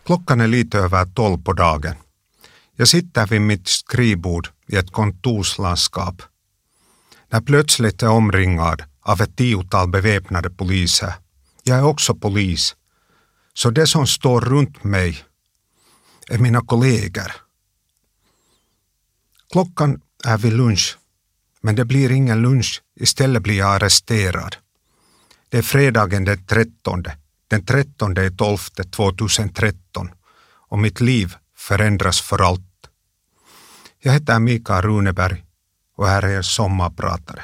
Klockan är lite över 12 på dagen. Jag sitter vid mitt skrivbord i ett kontorslandskap. När plötsligt är omringad av ett 10-tal beväpnade poliser. Jag är också polis. Så det som står runt mig är mina kollegor. Klockan är vid lunch. Men det blir ingen lunch. Istället blir jag arresterad. Det är fredagen den 13. Den 13/12/2013. Och mitt liv förändras för allt. Jag heter Mikael Runeberg och här är er sommarpratare.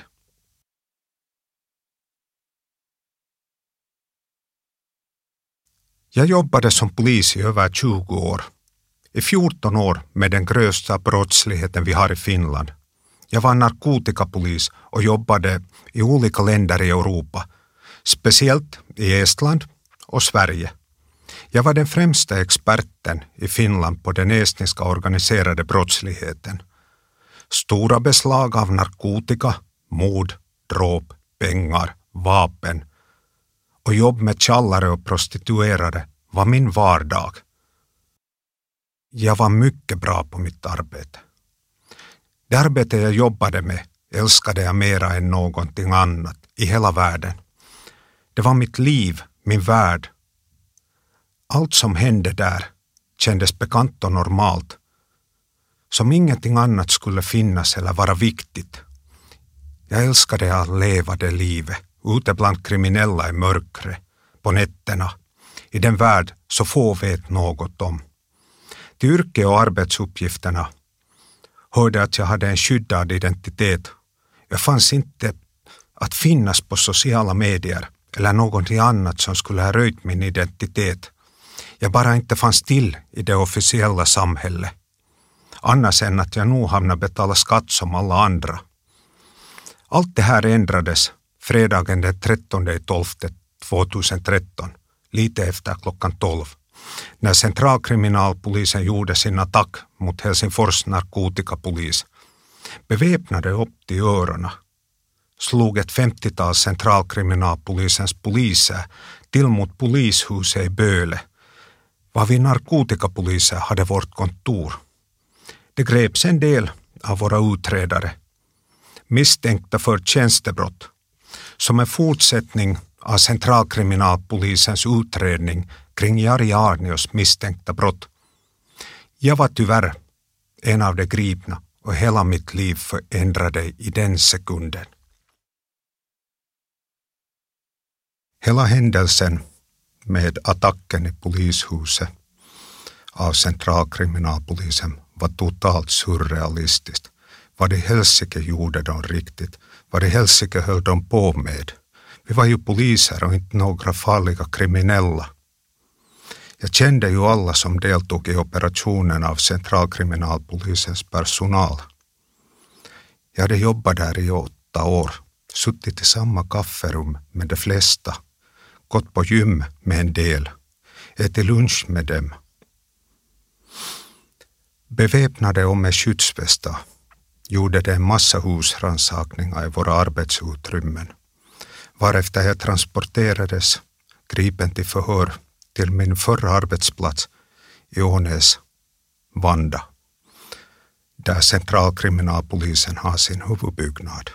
Jag jobbade som polis i över 20 år. I 14 år med den grövsta brottsligheten vi har i Finland. Jag var narkotikapolis och jobbade i olika länder i Europa. Speciellt i Estland och Sverige. Jag var den främsta experten i Finland på den estniska organiserade brottsligheten. Stora beslag av narkotika, mord, dråp, pengar, vapen och jobb med tjallare och prostituerade var min vardag. Jag var mycket bra på mitt arbete. Det arbete jag jobbade med älskade jag mera än någonting annat i hela världen. Det var mitt liv, min värld. Allt som hände där kändes bekant och normalt. Som ingenting annat skulle finnas eller vara viktigt. Jag älskade att leva det livet, ute bland kriminella i mörkret, på nätterna, i den värld så få vet något om. Till yrke och arbetsuppgifterna hörde att jag hade en skyddad identitet. Jag fanns inte att finnas på sociala medier eller någonting annat som skulle ha röjt min identitet. Jag bara inte fanns till i det officiella samhället. Annars än att jag nog hamnade betala skatt som alla andra. Allt det här ändrades fredagen den 13/12/2013, lite efter klockan 12. När centralkriminalpolisen gjorde sin attack mot Helsingfors narkotikapolis. Beväpnade upp till öronen slog ett 50-tal centralkriminalpolisens poliser till mot polishuset i Böle, var vi narkotikapoliser hade vårt kontor. Det greps en del av våra utredare, misstänkta för tjänstebrott, som en fortsättning av centralkriminalpolisens utredning kring Jari Arnios misstänkta brott. Jag var tyvärr en av de gripna och hela mitt liv förändrade i den sekunden. Hela händelsen med attacken i polishuset av centralkriminalpolisen var totalt surrealistiskt. Vad i helsike gjorde de riktigt? Vad i helsike höll de på med? Vi var ju poliser och inte några farliga kriminella. Jag kände ju alla som deltog i operationen av centralkriminalpolisens personal. Jag hade jobbat där i 8 år, suttit i samma kafferum med de flesta, gått på gym med en del, ätit lunch med dem. Beväpnade och med skyddsvästar gjorde det en massa husrannsakningar i våra arbetsutrymmen, varefter jag transporterades gripen till förhör till min förra arbetsplats i Ånäs, Vanda, där centralkriminalpolisen har sin huvudbyggnad.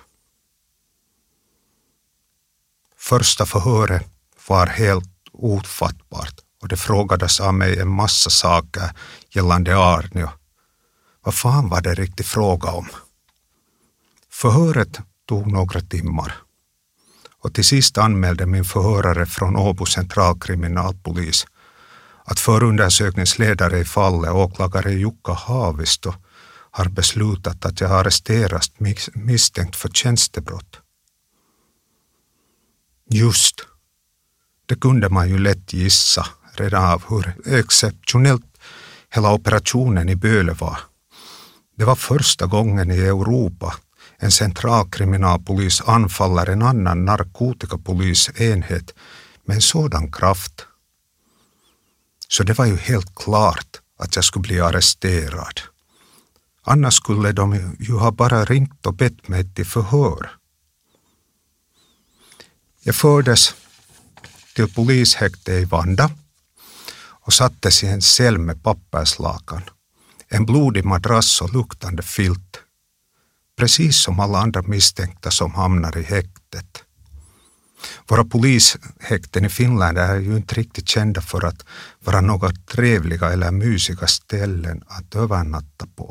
Första förhöret var helt ofattbart och det frågades av mig en massa saker gällande Arnio. Vad fan var det riktigt fråga om? Förhöret tog några timmar. Och till sist anmälde min förhörare från Åbo centralkriminalpolis att förundersökningsledare i fallet, åklagare Jukka Haavisto, har beslutat att jag arresteras misstänkt för tjänstebrott. Just, det kunde man ju lätt gissa redan av hur exceptionellt hela operationen i Böle var. Det var första gången i Europa en centralkriminalpolis anfaller en annan narkotikapolisenhet med en sådan kraft. Så det var ju helt klart att jag skulle bli arresterad. Annars skulle de ju ha bara ringt och bett mig till förhör. Jag fördes till polishäkte i Vanda och sattes i en cell med papperslakan, en blodig madrass och luktande filt. Precis som alla andra misstänkta som hamnar i häktet. Våra polishäkten i Finland är ju inte riktigt kända för att vara några trevliga eller mysiga ställen att övernatta på.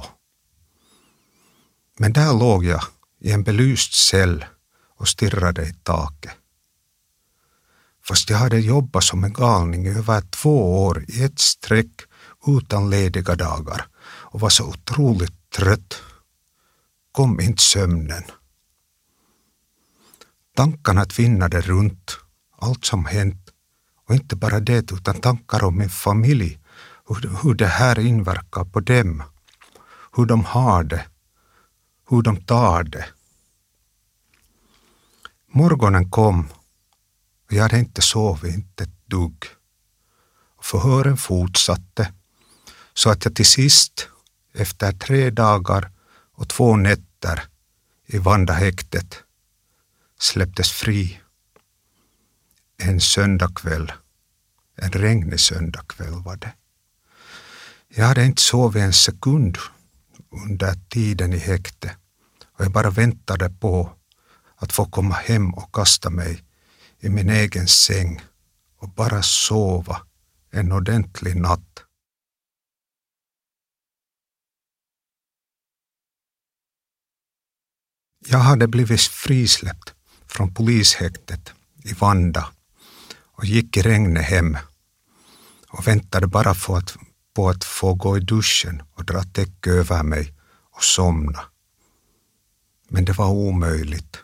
Men där låg jag i en belyst cell och stirrade i taket. Fast jag hade jobbat som en galning i över 2 år i ett streck utan lediga dagar och var så otroligt trött. Kom inte sömnen. Tankarna tvinnade runt allt som hänt och inte bara det utan tankar om min familj, hur det här inverkar på dem, hur de har det, hur de tar det. Morgonen kom och jag hade inte sovit, inte ett dugg. Förhören fortsatte så att jag till sist, efter 3 dagar och 2 nätter i Vandahäktet, släpptes fri. En söndagkväll, en regnig söndagkväll var det. Jag hade inte sovit en sekund under tiden i häktet och jag bara väntade på att få komma hem och kasta mig i min egen säng och bara sova en ordentlig natt. Jag hade blivit frisläppt från polishäktet i Vanda och gick i regnet hem och väntade bara på att få gå i duschen och dra täcke över mig och somna. Men det var omöjligt.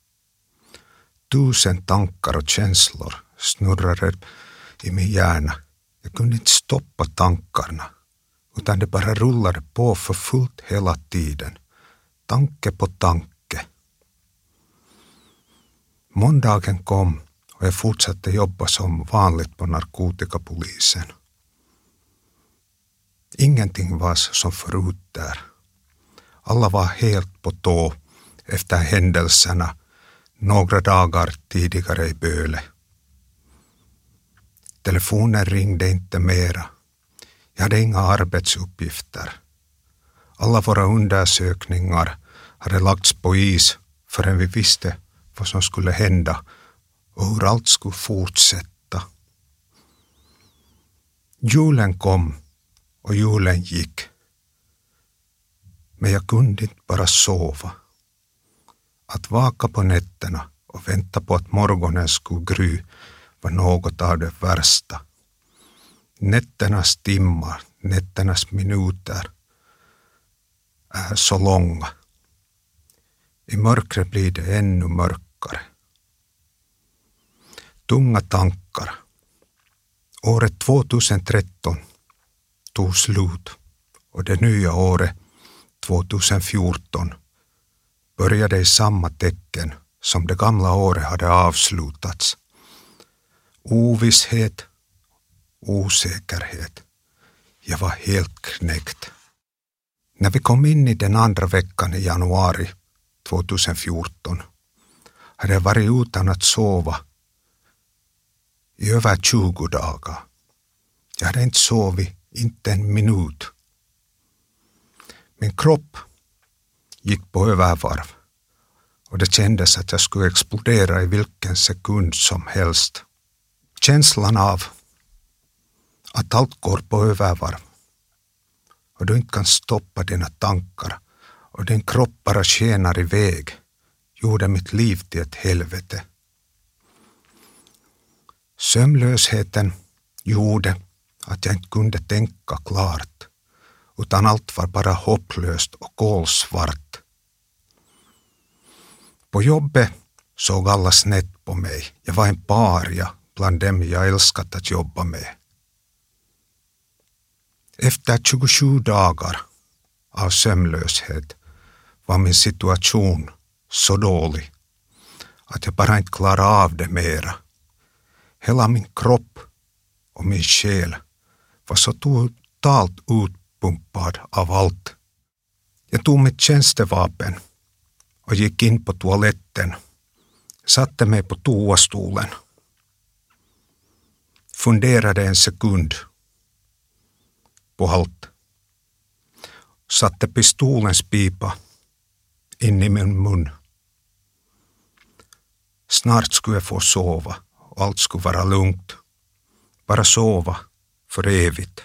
1000 tankar och känslor snurrade i min hjärna. Jag kunde inte stoppa tankarna utan det bara rullade på för fullt hela tiden. Tanke på tanke. Måndagen kom och jag fortsatte jobba som vanligt på narkotikapolisen. Ingenting var som förut där. Alla var helt på tå efter händelserna några dagar tidigare i Böle. Telefonen ringde inte mera. Jag hade inga arbetsuppgifter. Alla våra undersökningar hade lagts på is förrän vi visste vad som skulle hända och hur allt skulle fortsätta. Julen kom och julen gick. Men jag kunde inte bara sova. Att vaka på nätterna och vänta på att morgonen skulle gry var något av det värsta. Nätternas timmar, nätternas minuter är så långa. I mörkret blir det ännu mörkare. Tunga tankar. Året 2013 tog slut och det nya året 2014 började i samma tecken som det gamla året hade avslutats. Ovisshet, osäkerhet. Jag var helt knäckt. När vi kom in i den andra veckan i januari 2014 hade jag varit utan att sova i över 20 dagar. Jag hade inte sovit, inte en minut. Min kropp gick på övervarv och det kändes att jag skulle explodera i vilken sekund som helst. Känslan av att allt går på övervarv och du inte kan stoppa dina tankar och din kropp bara skenar iväg gjorde mitt liv till ett helvete. Sömnlösheten gjorde att jag inte kunde tänka klart utan allt var bara hopplöst och kolsvart. På jobbet såg alla snett på mig. Jag var en paria bland dem jag älskat att jobba med. Efter 27 dagar av sömnlöshet var min situation så dålig att jag bara inte klarade av det mera. Hela min kropp och min själ var så totalt utpumpad av allt. Jag tog mitt tjänstevapen och gick in på toaletten, satte mig på toastolen, funderade en sekund på halt. Satte pistolens pipa in i min mun. Snart skulle jag få sova och allt skulle vara lugnt. Bara sova för evigt.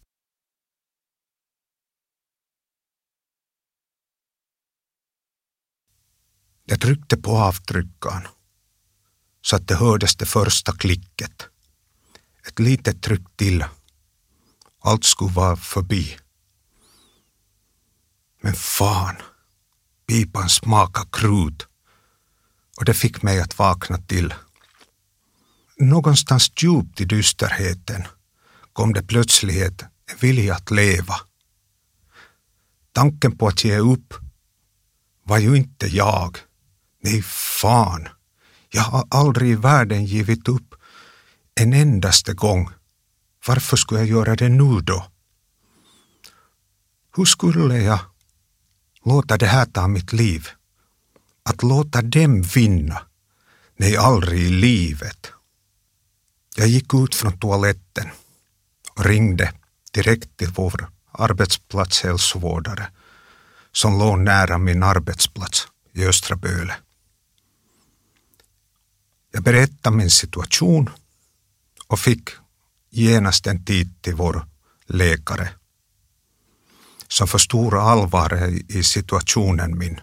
Jag tryckte på avtryckaren så att det hördes det första klicket. Ett litet tryck till. Allt skulle vara förbi. Men fan, pipan smakade krut och det fick mig att vakna till. Någonstans djupt i dysterheten kom det plötsligt en vilja att leva. Tanken på att ge upp var ju inte jag. Nej, fan. Jag har aldrig i världen givit upp en endaste gång. Varför skulle jag göra det nu då? Hur skulle jag låta det här ta mitt liv? Att låta dem vinna? Nej, aldrig i livet. Jag gick ut från toaletten och ringde direkt till vår arbetsplatshälsovårdare som låg nära min arbetsplats i Östra Böle. Jag berättade min situation och fick genast en tid till vår läkare som förstod allvaret i situationen min.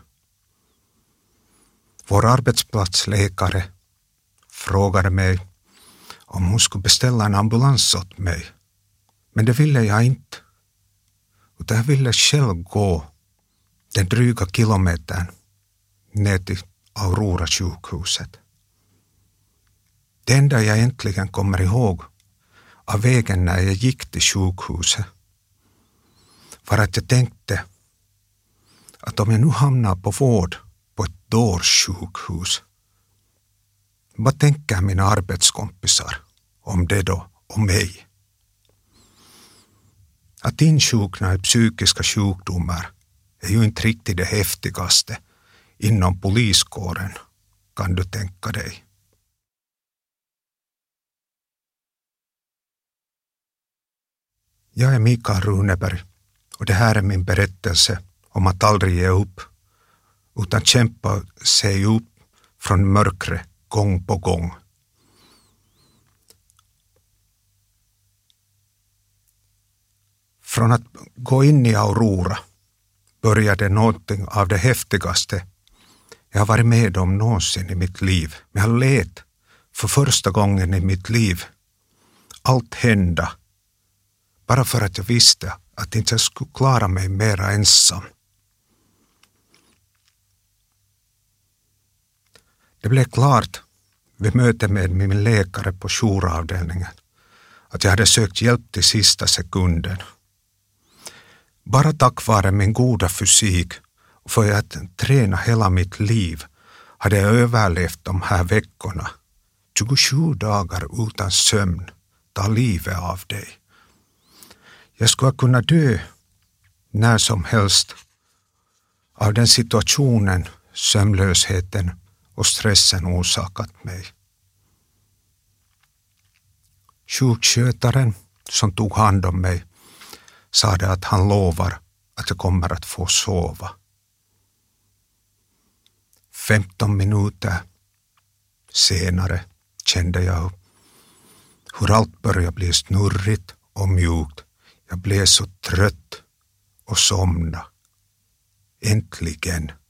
Vår arbetsplatsläkare frågade mig om hon skulle beställa en ambulans åt mig. Men det ville jag inte. Utan jag ville själv gå den dryga kilometern ner till Aurora sjukhuset. Det enda jag äntligen kommer ihåg av vägen när jag gick till sjukhuset var att jag tänkte att om jag nu hamnar på vård på ett dårsjukhus, vad tänker mina arbetskompisar om det då, om mig? Att insjukna i psykiska sjukdomar är ju inte riktigt det häftigaste inom poliskåren, kan du tänka dig. Jag är Mikael Runeberg och det här är min berättelse om att aldrig ge upp, utan kämpa sig upp från mörkret gång på gång. Från att gå in i Aurora började någonting av det häftigaste jag har varit med om någonsin i mitt liv. Men jag lät för första gången i mitt liv allt hända bara för att jag visste att inte jag skulle klara mig mera ensam. Det blev klart vid mötet med min läkare på jouravdelningen att jag hade sökt hjälp till sista sekunden. Bara tack vare min goda fysik och för att träna hela mitt liv hade jag överlevt de här veckorna. 27 dagar utan sömn tar livet av dig. Jag skulle kunna dö när som helst av den situationen, sömnlösheten och stressen orsakat mig. Sjukskötaren som tog hand om mig sa det att han lovar att jag kommer att få sova. 15 minuter senare kände jag hur allt började bli snurrigt och mjukt. Jag blev så trött och somnade. Äntligen.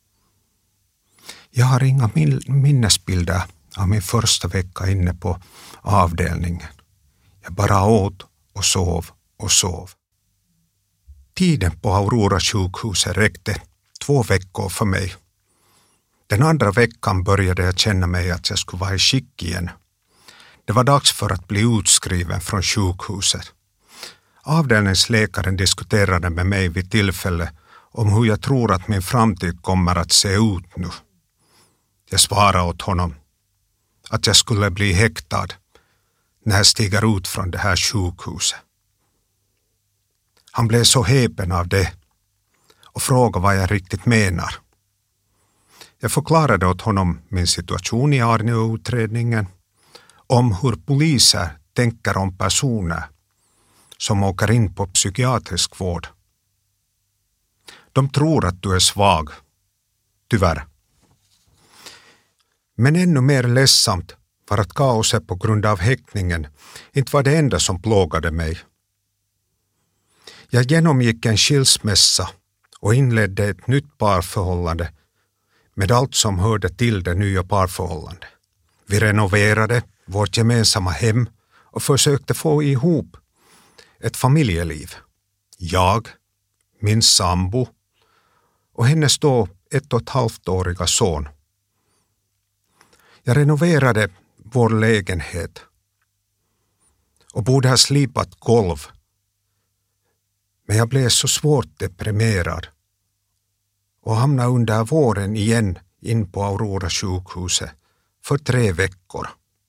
Jag har inga minnesbilder av min första vecka inne på avdelningen. Jag bara åt och sov och sov. Tiden på Aurora sjukhuset räckte 2 veckor för mig. Den andra veckan började jag känna mig att jag skulle vara i skick igen. Det var dags för att bli utskriven från sjukhuset. Avdelningsläkaren diskuterade med mig vid tillfälle om hur jag tror att min framtid kommer att se ut nu. Jag svarade åt honom att jag skulle bli häktad när jag stiger ut från det här sjukhuset. Han blev så häpen av det och frågade vad jag riktigt menar. Jag förklarade åt honom min situation i Arnö-utredningen, om hur poliser tänker om personer som åker in på psykiatrisk vård. De tror att du är svag. Tyvärr. Men ännu mer ledsamt var att kaoset på grund av häktningen inte var det enda som plågade mig. Jag genomgick en skilsmässa och inledde ett nytt parförhållande med allt som hörde till det nya parförhållandet. Vi renoverade vårt gemensamma hem och försökte få ihop ett familjeliv. Jag, min sambo och hennes då 1,5-åriga son. Jag renoverade vår lägenhet och borde ha slipat golv. Men jag blev så svårt deprimerad och hamnade under våren igen in på Aurora sjukhuset för 3 veckor.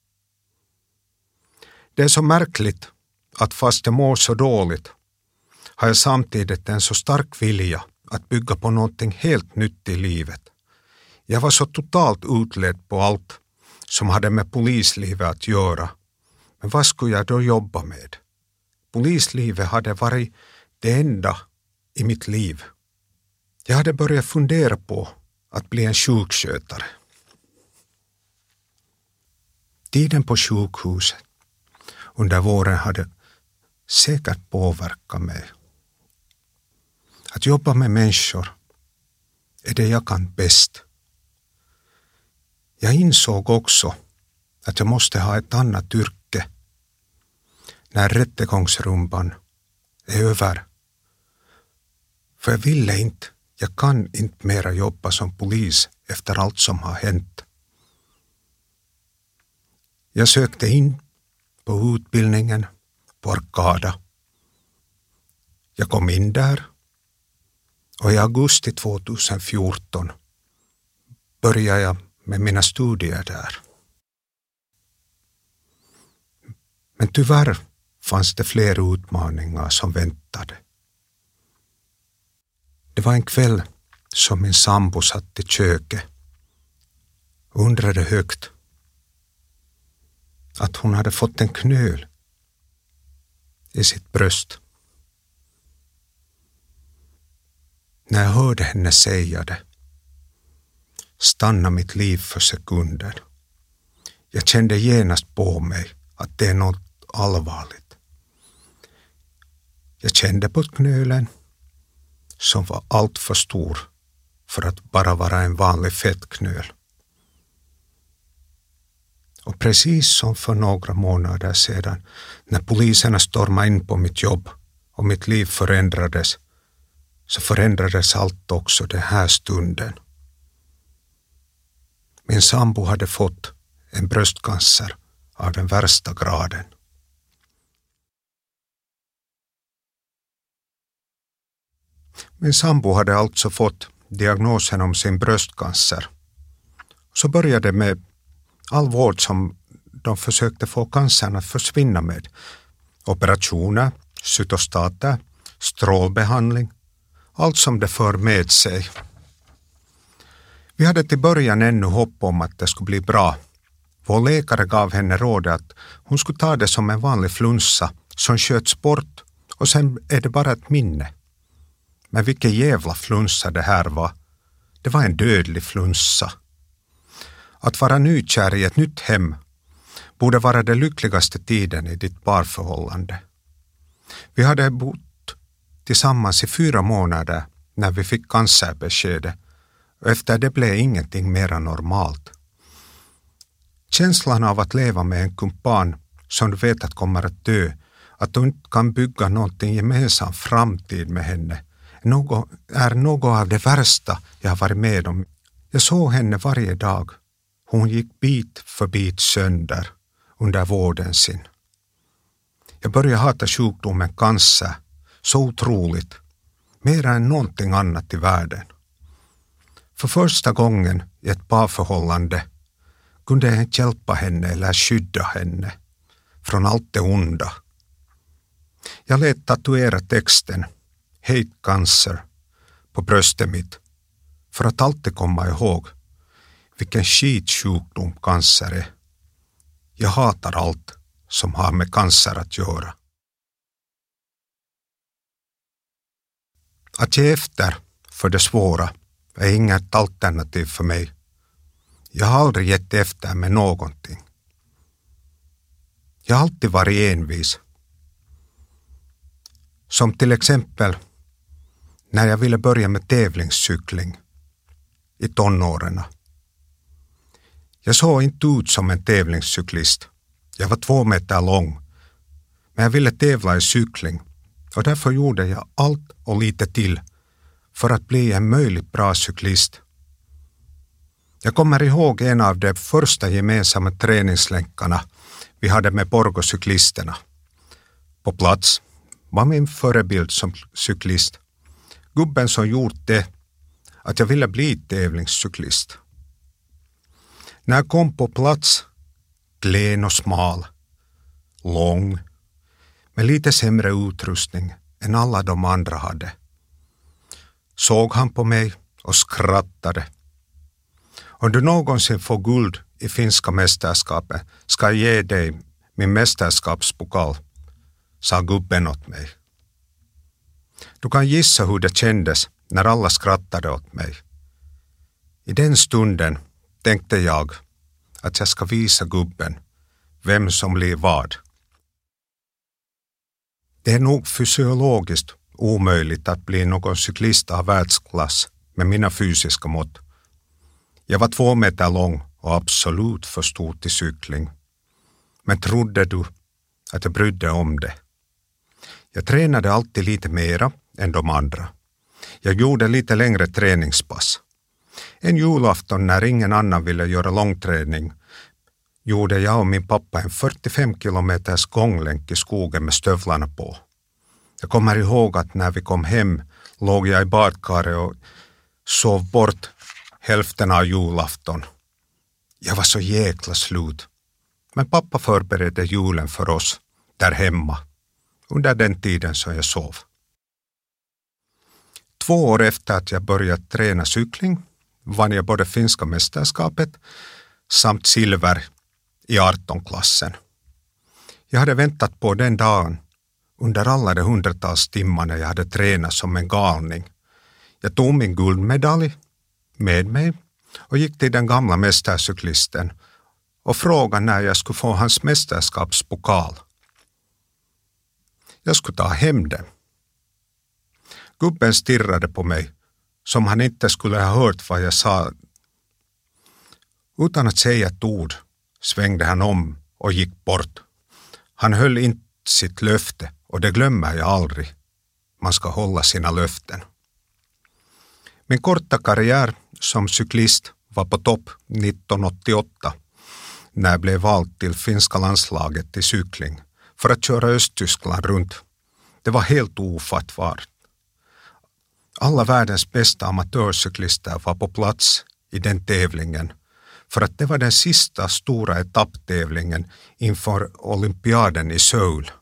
Det är så märkligt att fast jag mår så dåligt har jag samtidigt en så stark vilja att bygga på någonting helt nytt i livet. Jag var så totalt utledd på allt som hade med polislivet att göra. Men vad skulle jag då jobba med? Polislivet hade varit det enda i mitt liv. Jag hade börjat fundera på att bli en sjukskötare. Tiden på sjukhuset under våren hade säkert påverkat mig. Att jobba med människor är det jag kan bäst. Jag insåg också att jag måste ha ett annat yrke när rättegångsrumban är över. För jag kan inte mera jobba som polis efter allt som har hänt. Jag sökte in på utbildningen på Arkada. Jag kom in där och i augusti 2014 började jag med mina studier där. Men tyvärr fanns det fler utmaningar som väntade. Det var en kväll som min sambo satt i köket och undrade högt att hon hade fått en knöl i sitt bröst. När jag hörde henne säga det stannade mitt liv för sekunder. Jag kände genast på mig att det är något allvarligt. Jag kände på knölen som var allt för stor för att bara vara en vanlig fettknöl. Och precis som för några månader sedan när poliserna stormade in på mitt jobb och mitt liv förändrades, så förändrades allt också den här stunden. Min sambo hade fått en bröstcancer av den värsta graden. Min sambo hade alltså fått diagnosen om sin bröstcancer. Så började med all vård som de försökte få cancern att försvinna med. Operationer, cytostater, strålbehandling, allt som det för med sig. Vi hade till början ännu hopp om att det skulle bli bra. Vår läkare gav henne rådet att hon skulle ta det som en vanlig flunsa som sköts bort och sen är det bara ett minne. Men vilken jävla flunsa det här var. Det var en dödlig flunsa. Att vara nykär i ett nytt hem borde vara den lyckligaste tiden i ditt parförhållande. Vi hade bott tillsammans i 4 månader när vi fick cancerbeskedet och efter det blev ingenting mera normalt. Känslan av att leva med en kumpan som du vet att kommer att dö, att du inte kan bygga någonting gemensam framtid med henne, är något av det värsta jag har varit med om. Jag såg henne varje dag. Hon gick bit för bit sönder under vården sin. Jag började hata sjukdomen cancer så otroligt, mer än någonting annat i världen. För första gången i ett parförhållande kunde jag inte hjälpa henne eller skydda henne från allt det onda. Jag lät tatuera texten Hate Cancer på bröstet mitt för att alltid komma ihåg vilken skitsjukdom cancer är. Jag hatar allt som har med cancer att göra. Att ge efter för det svåra är inget alternativ för mig. Jag har aldrig gett efter med någonting. Jag har alltid varit envis. Som till exempel när jag ville börja med tävlingscykling i tonåren. Jag såg inte ut som en tävlingscyklist. Jag var 2 meter lång. Men jag ville tävla i cykling och därför gjorde jag allt och lite till för att bli en möjligt bra cyklist. Jag kommer ihåg en av de första gemensamma träningslänkarna vi hade med Borgåcyklisterna. På plats var min förebild som cyklist. Gubben som gjort det att jag ville bli tävlingscyklist. När jag kom på plats, klen och smal, lång, med lite sämre utrustning än alla de andra hade, såg han på mig och skrattade. Om du någonsin får guld i finska mästerskapet ska jag ge dig min mästerskapspokal, sa gubben åt mig. Du kan gissa hur det kändes när alla skrattade åt mig. I den stunden tänkte jag att jag ska visa gubben vem som blir vad. Det är nog fysiologiskt omöjligt att bli någon cyklist av världsklass med mina fysiska mått. Jag var 2 meter lång och absolut för stor till cykling. Men trodde du att jag brydde om det? Jag tränade alltid lite mera än de andra. Jag gjorde lite längre träningspass. En julafton när ingen annan ville göra långträning gjorde jag och min pappa en 45 kilometers gånglänk i skogen med stövlarna på. Jag kommer ihåg att när vi kom hem låg jag i badkaret och sov bort hälften av julafton. Jag var så jäkla slut. Men pappa förberedde julen för oss där hemma under den tiden som jag sov. 2 år efter att jag började träna cykling vann jag både finska mästerskapet samt silver i 18-klassen. Jag hade väntat på den dagen under alla de 100-tals timmarna jag hade tränat som en galning. Jag tog min guldmedalj med mig och gick till den gamla mästercyklisten och frågade när jag skulle få hans mästerskapspokal. Jag skulle ta hem den. Gubben stirrade på mig som han inte skulle ha hört vad jag sa. Utan att säga ett ord svängde han om och gick bort. Han höll inte sitt löfte och det glömmer jag aldrig. Man ska hålla sina löften. Min korta karriär som cyklist var på topp 1988 när jag blev vald till finska landslaget i cykling för att köra Östtyskland runt. Det var helt ofattbart. Alla världens bästa amatörcyklister var på plats i den tävlingen för att det var den sista stora etapptävlingen inför olympiaden i Seoul.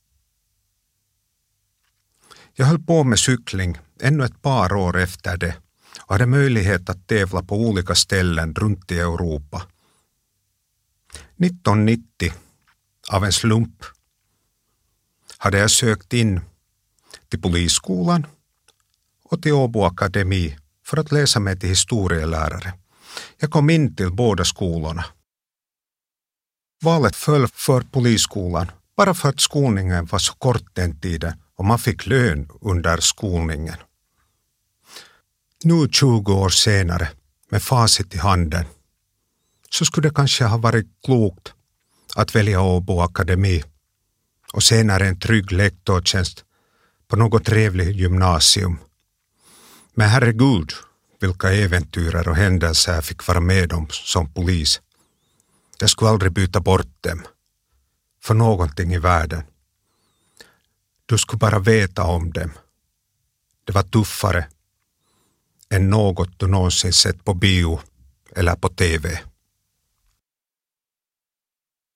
Jag höll på med cykling ännu ett par år efter det och hade möjlighet att tävla på olika ställen runt i Europa. 1990, av en slump, hade jag sökt in till polisskolan och till Åbo Akademi för att läsa mig till historielärare. Jag kom in till båda skolorna. Valet föll för polisskolan bara för att skolningen var så kort den tiden och man fick lön under skolningen. Nu 20 år senare, med facit i handen, så skulle det kanske ha varit klokt att välja Åbo Akademi och senare en trygg lektortjänst på något trevligt gymnasium. Men herregud, vilka äventyr och händelser jag fick vara med om som polis. Jag skulle aldrig byta bort dem för någonting i världen. Du skulle bara veta om dem. Det var tuffare än något du någonsin sett på bio eller på TV.